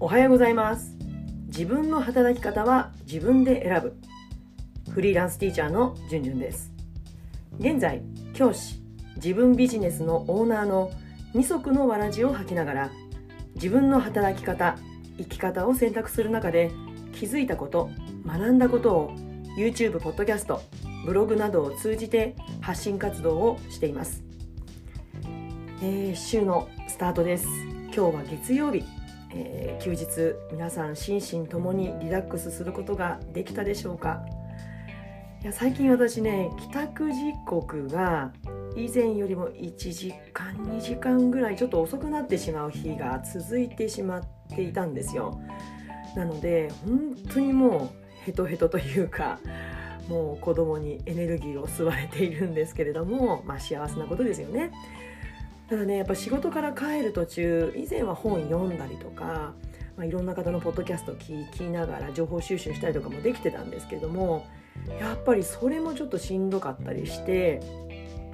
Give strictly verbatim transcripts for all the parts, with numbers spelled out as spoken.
おはようございます。自分の働き方は自分で選ぶ。フリーランスティーチャーのじゅんじゅんです。現在、教師、自分ビジネスのオーナーの二足のわらじを履きながら、自分の働き方、生き方を選択する中で気づいたこと、学んだことを YouTube、ポッドキャスト、ブログなどを通じて発信活動をしています。えー、週のスタートです。今日は月曜日、えー、休日、皆さん心身ともにリラックスすることができたでしょうか。いや最近私ね、帰宅時刻が以前よりもいちじかんにじかんぐらいちょっと遅くなってしまう日が続いてしまっていたんですよ。なので本当にもうヘトヘトというか、もう子供にエネルギーを吸われているんですけれども、まあ幸せなことですよね。ただね、やっぱ仕事から帰る途中、以前は本読んだりとか、まあ、いろんな方のポッドキャストを聞きながら情報収集したりとかもできてたんですけども、やっぱりそれもちょっとしんどかったりして、うん、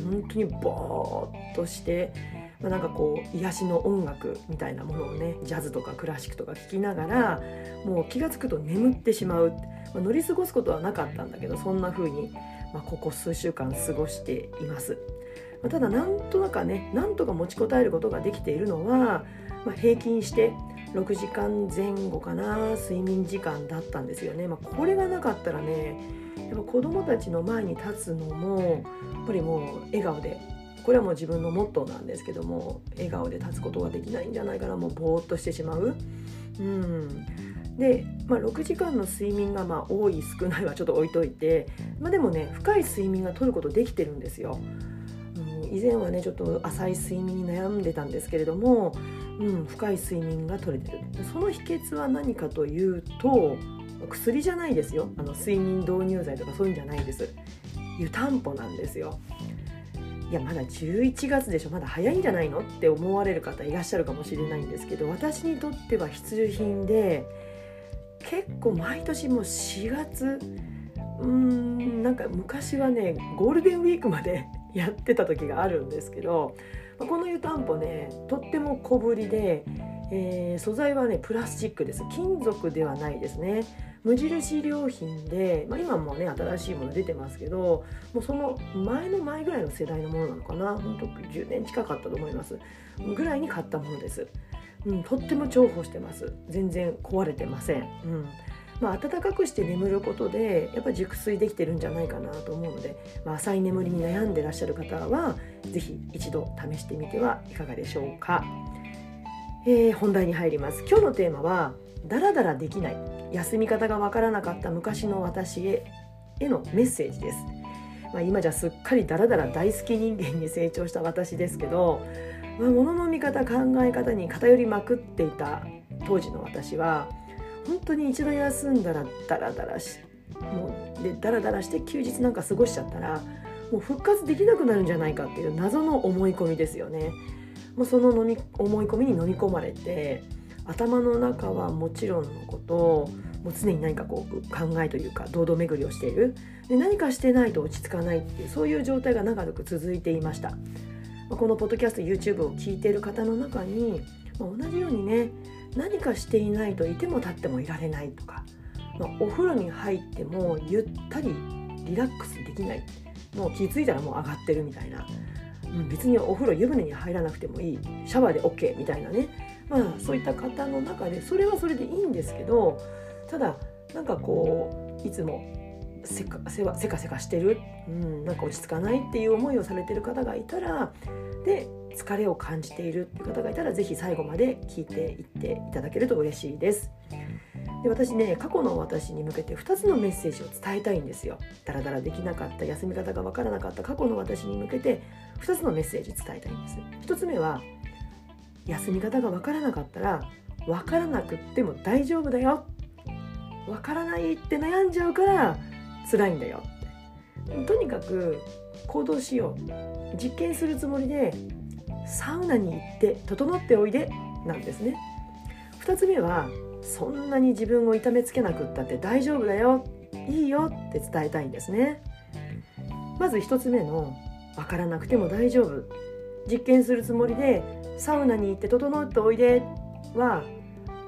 本当にボーっとして、まあ、なんかこう癒しの音楽みたいなものをね、ジャズとかクラシックとか聞きながら、もう気がつくと眠ってしまう、まあ、乗り過ごすことはなかったんだけど、そんな風に、まあ、ここ数週間過ごしています。まあ、ただなんとなかね、なんとか持ちこたえることができているのは、まあ、平均してろくじかんぜん後かな、睡眠時間だったんですよね。まあ、これがなかったらね、やっぱ子供たちの前に立つのもやっぱりもう笑顔で、これはもう自分のモットーなんですけども、笑顔で立つことができないんじゃないかな、もうぼーっとしてしまう。うんで、まあ、ろくじかんの睡眠がまあ多い少ないはちょっと置いといて、まあ、でもね、深い睡眠が取ることできてるんですよ。うん、以前はねちょっと浅い睡眠に悩んでたんですけれども、うん、深い睡眠が取れてる。その秘訣は何かというと、薬じゃないですよ。あの睡眠導入剤とかそういうんじゃないです。湯たんぽなんですよ。いやまだじゅういちがつでしょ、まだ早いんじゃないのって思われる方いらっしゃるかもしれないんですけど、私にとっては必需品で、結構毎年もうしがつ、うーんなんか昔はねゴールデンウィークまでやってた時があるんですけど、この湯たんぽねとっても小ぶりで、えー、素材はねプラスチックです。金属ではないですね。無印良品で、まあ、今もね新しいもの出てますけど、もうその前の前ぐらいの世代のものなのかな、本当じゅうねん近かったと思いますぐらいに買ったものです。うん、とっても重宝してます。全然壊れてません。うんまあ、暖かくして眠ることでやっぱり熟睡できてるんじゃないかなと思うので、まあ、浅い眠りに悩んでらっしゃる方はぜひ一度試してみてはいかがでしょうか。えー、本題に入ります。今日のテーマはダラダラできない、休み方がわからなかった昔の私へへのメッセージです。まあ、今じゃすっかりダラダラ大好き人間に成長した私ですけど、まあ、物の見方考え方に偏りまくっていた当時の私は本当に一度休んだらダラダラしもうでダラダラして休日なんか過ごしちゃったらもう復活できなくなるんじゃないかっていう謎の思い込みですよね。もうその飲み思い込みに飲み込まれて、頭の中はもちろんのこともう常に何かこう考えというか堂々巡りをしている。で何かしてないと落ち着かないっていう、そういう状態が長く続いていました。このポッドキャスト YouTube を聞いている方の中に、まあ、同じようにね何かしていないといても立ってもいられないとか、まあ、お風呂に入ってもゆったりリラックスできない、もう気づいたらもう上がってるみたいな、うん、別にお風呂湯船に入らなくてもいい、シャワーで OK みたいなね、まあ、そういった方の中でそれはそれでいいんですけど、ただなんかこういつもせかせわせかせかしてる、うん、なんか落ち着かないっていう思いをされてる方がいたら、で疲れを感じているっていう方がいたら、ぜひ最後まで聞いていっていただけると嬉しいです。で私ね、過去の私に向けてふたつのメッセージを伝えたいんですよ。だらだらできなかった、休み方がわからなかった過去の私に向けてふたつのメッセージ伝えたいんです。ひとつめは、休み方がわからなかったらわからなくっても大丈夫だよ、わからないって悩んじゃうから辛いんだよって。とにかく行動しよう、実験するつもりでサウナに行って整っておいでなんですね。ふたつめは、そんなに自分を痛めつけなくったって大丈夫だよ、いいよって伝えたいんですね。まずひとつめのわからなくても大丈夫、実験するつもりでサウナに行って整っておいでは、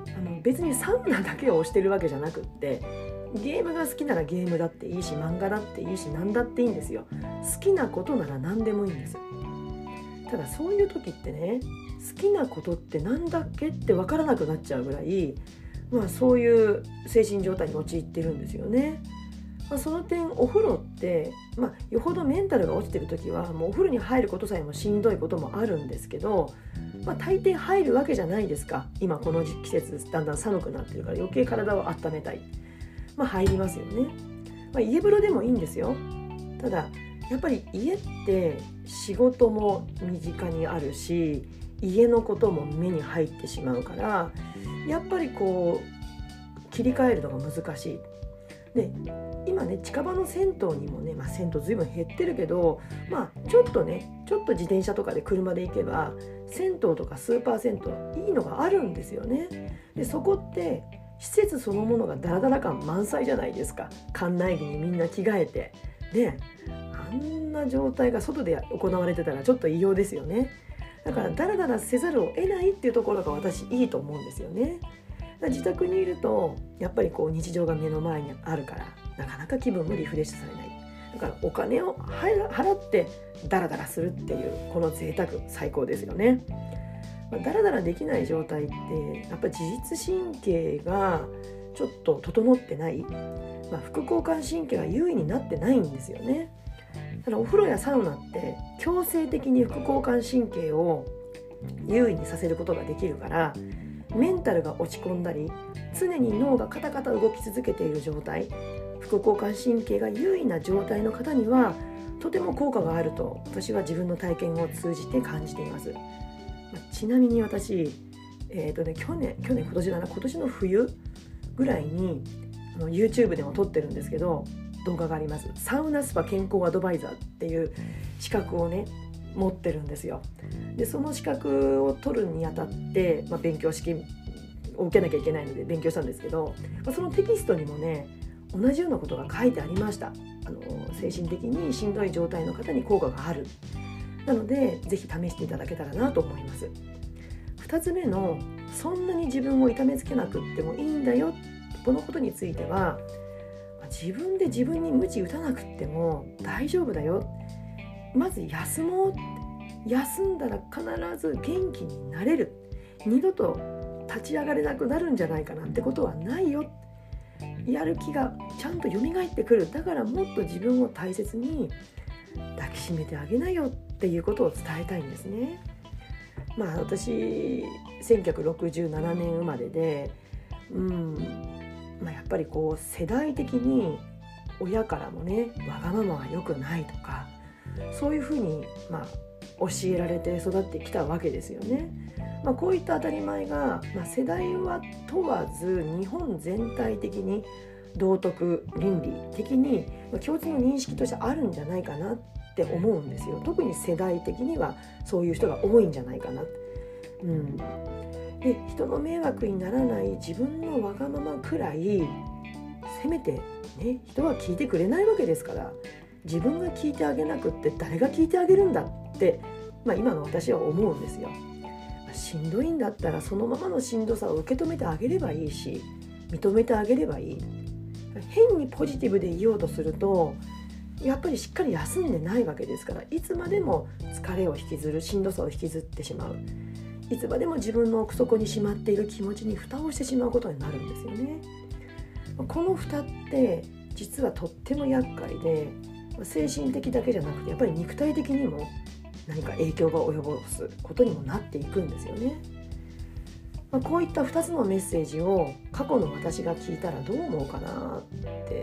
あの別にサウナだけを推してるわけじゃなくって、ゲームが好きならゲームだっていいし、漫画だっていいし、何だっていいんですよ。好きなことなら何でもいいんです。ただそういう時ってね、好きなことってなんだっけって分からなくなっちゃうぐらい、まあ、そういう精神状態に陥ってるんですよね。まあ、その点お風呂って、まあ、よほどメンタルが落ちてる時はもうお風呂に入ることさえもしんどいこともあるんですけど、まあ、大抵入るわけじゃないですか。今この季節だんだん寒くなってるから余計体を温めたい、まあ、入りますよね。まあ、家風呂でもいいんですよ。ただやっぱり家って仕事も身近にあるし、家のことも目に入ってしまうから、やっぱりこう切り替えるのが難しい。で今ね、近場の銭湯にもね、まあ、銭湯ずいぶん減ってるけど、まあ、ちょっとねちょっと自転車とかで車で行けば銭湯とかスーパー銭湯いいのがあるんですよね。でそこって施設そのものがダラダラ感満載じゃないですか。館内着にみんな着替えてね、あんな状態が外で行われてたらちょっと異様ですよね。だからダラダラせざるを得ないっていうところが私いいと思うんですよね。自宅にいるとやっぱりこう日常が目の前にあるからなかなか気分もリフレッシュされない。だからお金を払ってダラダラするっていうこの贅沢最高ですよね。まあ、ダラダラできない状態ってやっぱり自律神経がちょっと整ってない、まあ、副交感神経が優位になってないんですよね。だからお風呂やサウナって強制的に副交感神経を優位にさせることができるから、メンタルが落ち込んだり常に脳がカタカタ動き続けている状態、副交感神経が優位な状態の方にはとても効果があると私は自分の体験を通じて感じています。まあ、ちなみに私、えーとね、去年去年今年だな今年の冬ぐらいにあの YouTube でも撮ってるんですけど動画があります。サウナスパ健康アドバイザーっていう資格をね持ってるんですよ。でその資格を取るにあたって、まあ、勉強式を受けなきゃいけないので勉強したんですけど、まあ、そのテキストにもね同じようなことが書いてありました。あの精神的にしんどい状態の方に効果がある。なのでぜひ試していただけたらなと思います。ふたつめのそんなに自分を痛めつけなくってもいいんだよ、このことについては自分で自分に鞭打たなくっても大丈夫だよ。まず休もう。休んだら必ず元気になれる。二度と立ち上がれなくなるんじゃないかなんてことはないよ。やる気がちゃんと蘇ってくる。だからもっと自分を大切に抱きしめてあげなよっていうことを伝えたいんですね。まあ私せんきゅうひゃくろくじゅうななねん生まれで、うんまあ、やっぱりこう世代的に親からもねわがままは良くないとかそういうふうにまあ教えられて育ってきたわけですよね。まあ、こういった当たり前が、まあ、世代は問わず日本全体的に道徳倫理的に共通の認識としてあるんじゃないかなって思うんですよ。特に世代的にはそういう人が多いんじゃないかな。うん、で人の迷惑にならない自分のわがままくらいせめてね人は聞いてくれないわけですから、自分が聞いてあげなくって誰が聞いてあげるんだって、まあ、今の私は思うんですよ。しんどいんだったらそのままのしんどさを受け止めてあげればいいし、認めてあげればいい。変にポジティブでいようとするとやっぱりしっかり休んでないわけですから、いつまでも疲れを引きずる、しんどさを引きずってしまう、いつまでも自分の奥底にしまっている気持ちに蓋をしてしまうことになるんですよね。この蓋って実はとっても厄介で、精神的だけじゃなくてやっぱり肉体的にも何か影響が及ぼすことにもなっていくんですよね。まあ、こういったふたつのメッセージを過去の私が聞いたらどう思うかなって、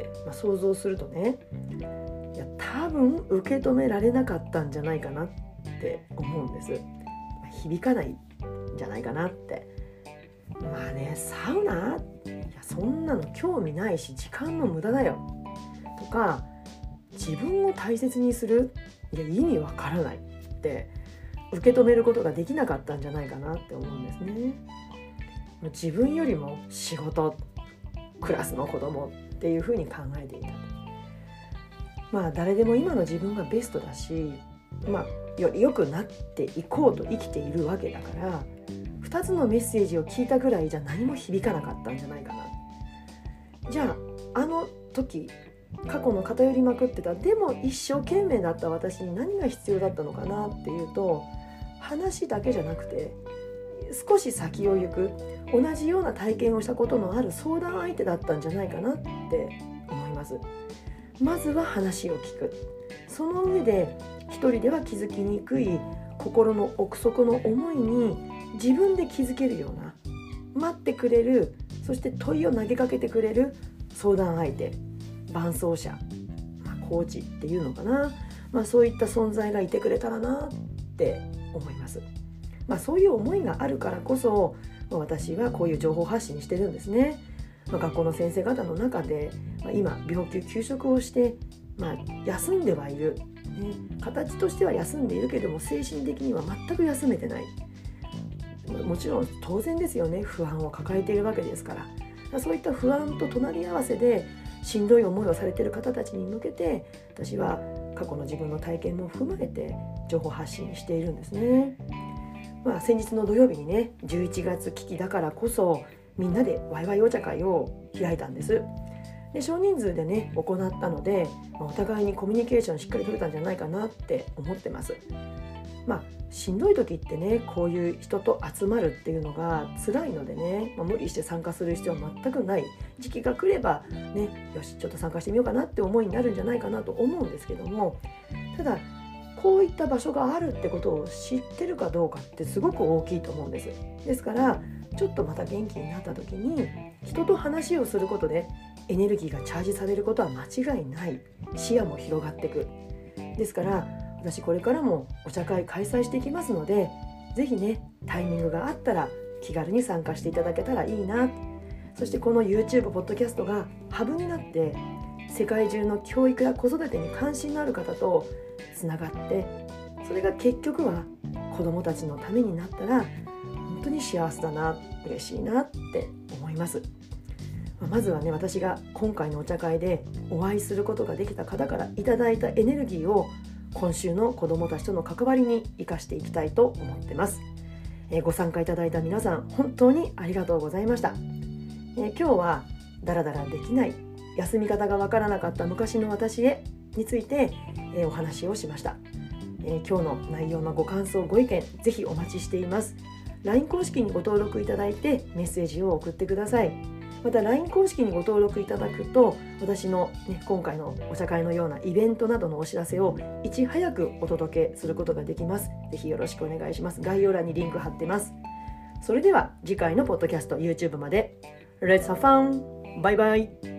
まあ、想像するとね、いや多分受け止められなかったんじゃないかなって思うんです。まあ、響かないんじゃないかなって。まあね、サウナ？いやそんなの興味ないし時間の無駄だよとか、自分を大切にする、いや意味わからないって受け止めることができなかったんじゃないかなって思うんですね。自分よりも仕事、クラスの子供っていうふうに考えていた。まあ誰でも今の自分がベストだし、まあより良くなっていこうと生きているわけだから、 たつのメッセージを聞いたぐらいじゃ何も響かなかったんじゃないかな。じゃああの時過去の偏りまくってたでも一生懸命だった私に何が必要だったのかなっていうと、話だけじゃなくて少し先を行く同じような体験をしたことのある相談相手だったんじゃないかなって思います。まずは話を聞く、その上で一人では気づきにくい心の奥底の思いに自分で気づけるような、待ってくれる、そして問いを投げかけてくれる相談相手、伴走者、まあ、コーチっていうのかな、まあ、そういった存在がいてくれたらなって思います。まあ、そういう思いがあるからこそ、まあ、私はこういう情報発信してるんですね。まあ、学校の先生方の中で、まあ、今病休休職をして、まあ、休んではいる、ね、形としては休んでいるけども精神的には全く休めてない。もちろん当然ですよね、不安を抱えているわけですから。そういった不安と隣り合わせでしんどい思いをされている方たちに向けて、私は過去の自分の体験も踏まえて情報発信しているんですね。まあ、先日の土曜日にね、じゅういちがつ危機だからこそみんなでワイワイお茶会を開いたんです。で、少人数でね行ったので、お互いにコミュニケーションしっかり取れたんじゃないかなって思ってます。まあ、しんどい時ってね、こういう人と集まるっていうのが辛いのでね、まあ、無理して参加する必要は全くない時期が来ればね、よしちょっと参加してみようかなって思いになるんじゃないかなと思うんですけども、ただこういった場所があるってことを知ってるかどうかってすごく大きいと思うんです。ですからちょっとまた元気になった時に人と話をすることでエネルギーがチャージされることは間違いない。視野も広がっていく。ですから私これからもお茶会開催していきますので、ぜひねタイミングがあったら気軽に参加していただけたらいいな。そしてこの YouTube ポッドキャストがハブになって世界中の教育や子育てに関心のある方とつながって、それが結局は子どもたちのためになったら本当に幸せだな、嬉しいなって思います。まずはね、私が今回のお茶会でお会いすることができた方からいただいたエネルギーを今週の子どもたちとの関わりに生かしていきたいと思ってます。えー、ご参加いただいた皆さん本当にありがとうございました。えー、今日はダラダラできない、休み方がわからなかった昔の私へについて、えー、お話をしました。えー、今日の内容のご感想ご意見ぜひお待ちしています。 ライン 公式にご登録いただいてメッセージを送ってください。また ライン 公式にご登録いただくと私の、ね、今回のお茶会のようなイベントなどのお知らせをいち早くお届けすることができます。ぜひよろしくお願いします。概要欄にリンク貼ってます。それでは次回のポッドキャスト YouTube まで Let's have fun! バイバイ。